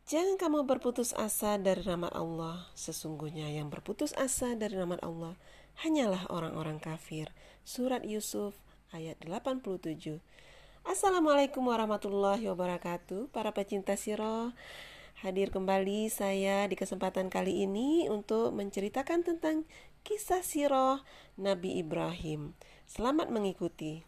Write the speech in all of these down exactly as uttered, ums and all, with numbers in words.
Jangan kamu berputus asa dari rahmat Allah. Sesungguhnya yang berputus asa dari rahmat Allah hanyalah orang-orang kafir. Surat Yusuf ayat delapan puluh tujuh. Assalamualaikum warahmatullahi wabarakatuh. Para pecinta sirah, hadir kembali saya di kesempatan kali ini untuk menceritakan tentang kisah sirah Nabi Ibrahim. Selamat mengikuti.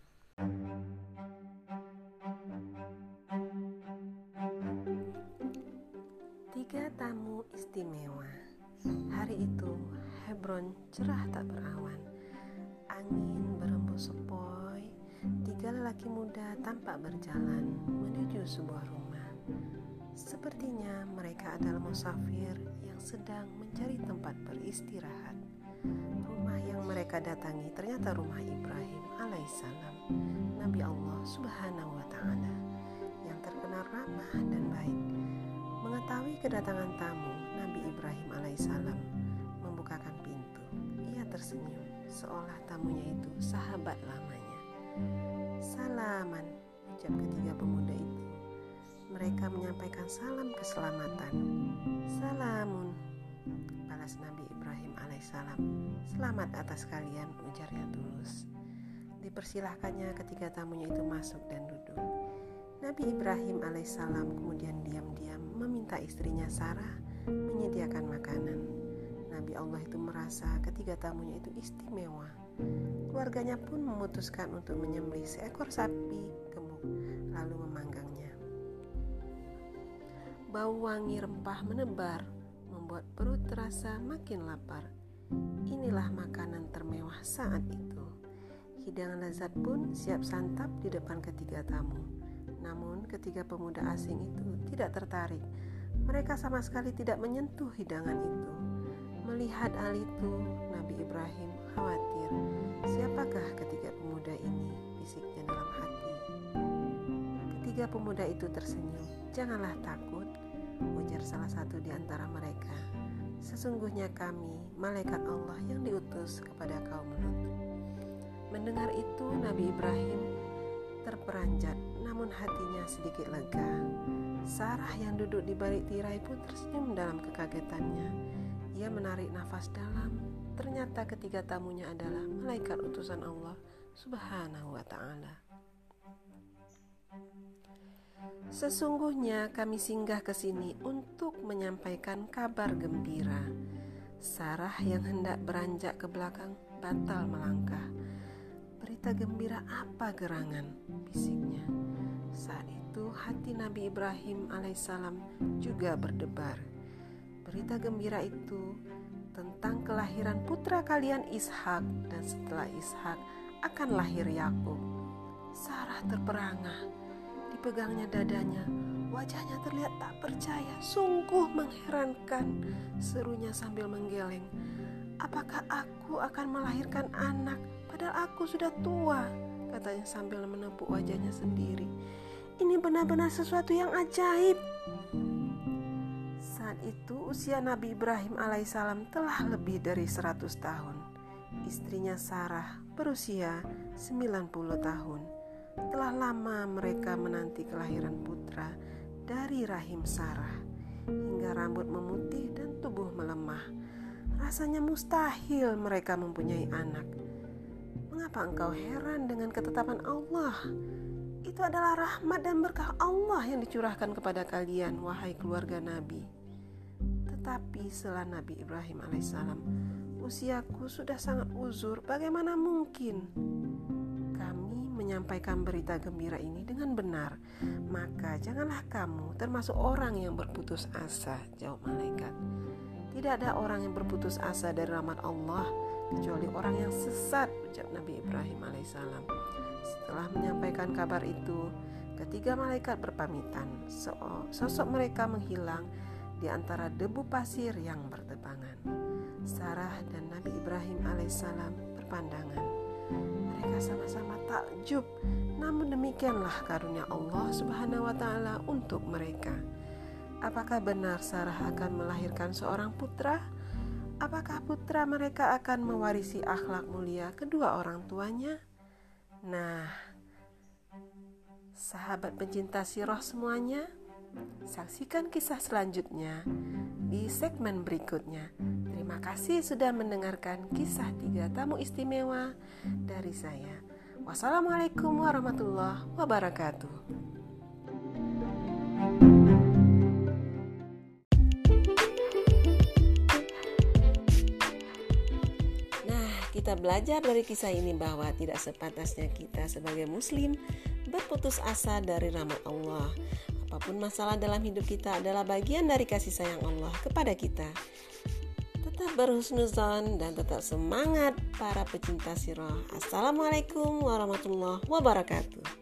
Tiga tamu istimewa. Hari itu Hebron cerah tak berawan. Angin berembus sepoi. Tiga lelaki muda tampak berjalan menuju sebuah rumah. Sepertinya mereka adalah musafir yang sedang mencari tempat beristirahat. Rumah yang mereka datangi ternyata rumah Ibrahim alaihissalam, Nabi Allah subhanahu wa ta'ala, yang terkenal ramah dan baik. Mengetahui kedatangan tamu, Nabi Ibrahim alaihissalam membukakan pintu. Ia tersenyum, seolah tamunya itu sahabat lamanya. Salaman, ucap ketiga pemuda itu. Mereka menyampaikan salam keselamatan. Salamun, balas Nabi Ibrahim alaihissalam. Selamat atas kalian, ujarnya tulus. Dipersilahkannya ketiga tamunya itu masuk dan duduk. Nabi Ibrahim alaihissalam kemudian diam-diam meminta istrinya Sarah menyediakan makanan. Nabi Allah itu merasa ketiga tamunya itu istimewa. Keluarganya pun memutuskan untuk menyembelih seekor sapi gemuk lalu memanggangnya. Bau wangi rempah menebar membuat perut terasa makin lapar. Inilah makanan termewah saat itu. Hidangan lezat pun siap santap di depan ketiga tamu. Namun ketiga pemuda asing itu tidak tertarik. Mereka sama sekali tidak menyentuh hidangan itu. Melihat hal itu, Nabi Ibrahim khawatir. Siapakah ketiga pemuda ini? Bisiknya dalam hati. Ketiga pemuda itu tersenyum. Janganlah takut, ujar salah satu di antara mereka. Sesungguhnya kami, malaikat Allah yang diutus kepada kaum Lut. Mendengar itu, Nabi Ibrahim terperanjat, namun hatinya sedikit lega. Sarah yang duduk di balik tirai pun tersenyum dalam kekagetannya. Ia menarik nafas dalam. Ternyata ketiga tamunya adalah malaikat utusan Allah subhanahu wa ta'ala. Sesungguhnya kami singgah ke sini untuk menyampaikan kabar gembira. Sarah yang hendak beranjak ke belakang batal melangkah. Berita gembira apa gerangan? Bisiknya. Saat itu hati Nabi Ibrahim alaihissalam juga berdebar. Berita gembira itu tentang kelahiran putra kalian Ishak, dan setelah Ishak akan lahir Yakub. Sarah terperangah, dipegangnya dadanya, wajahnya terlihat tak percaya. Sungguh mengherankan, serunya sambil menggeleng. Apakah aku akan melahirkan anak? Padahal aku sudah tua, katanya sambil menepuk wajahnya sendiri. Ini benar-benar sesuatu yang ajaib. Saat itu usia Nabi Ibrahim alaihissalam telah lebih dari seratus tahun. Istrinya Sarah berusia sembilan puluh tahun. Telah lama mereka menanti kelahiran putra dari rahim Sarah, hingga rambut memutih dan tubuh melemah. Rasanya mustahil mereka mempunyai anak. Mengapa engkau heran dengan ketetapan Allah? Itu adalah rahmat dan berkah Allah yang dicurahkan kepada kalian, wahai keluarga Nabi. Tetapi setelah Nabi Ibrahim alaihissalam, usiaku sudah sangat uzur. Bagaimana mungkin kami menyampaikan berita gembira ini dengan benar? Maka janganlah kamu termasuk orang yang berputus asa, jawab malaikat. Tidak ada orang yang berputus asa dari rahmat Allah kecuali orang yang sesat, ucap Nabi Ibrahim alaihissalam. Setelah menyampaikan kabar itu, ketiga malaikat berpamitan. Sosok mereka menghilang di antara debu pasir yang bertebangan. Sarah dan Nabi Ibrahim alaihissalam berpandangan. Mereka sama-sama takjub. Namun demikianlah karunia Allah subhanahu wa ta'ala untuk mereka. Apakah benar Sarah akan melahirkan seorang putra? Apakah putra mereka akan mewarisi akhlak mulia kedua orang tuanya? Nah, sahabat pencinta sirah semuanya, Saksikan kisah selanjutnya di segmen berikutnya. Terima kasih sudah mendengarkan kisah tiga tamu istimewa dari saya. Wassalamualaikum warahmatullahi wabarakatuh. Nah, kita belajar dari kisah ini bahwa tidak sepantasnya kita sebagai muslim berputus asa dari rahmat Allah. Apapun masalah dalam hidup kita adalah bagian dari kasih sayang Allah kepada kita. Tetap berhusnuzon dan tetap semangat para pecinta sirah. Assalamualaikum warahmatullahi wabarakatuh.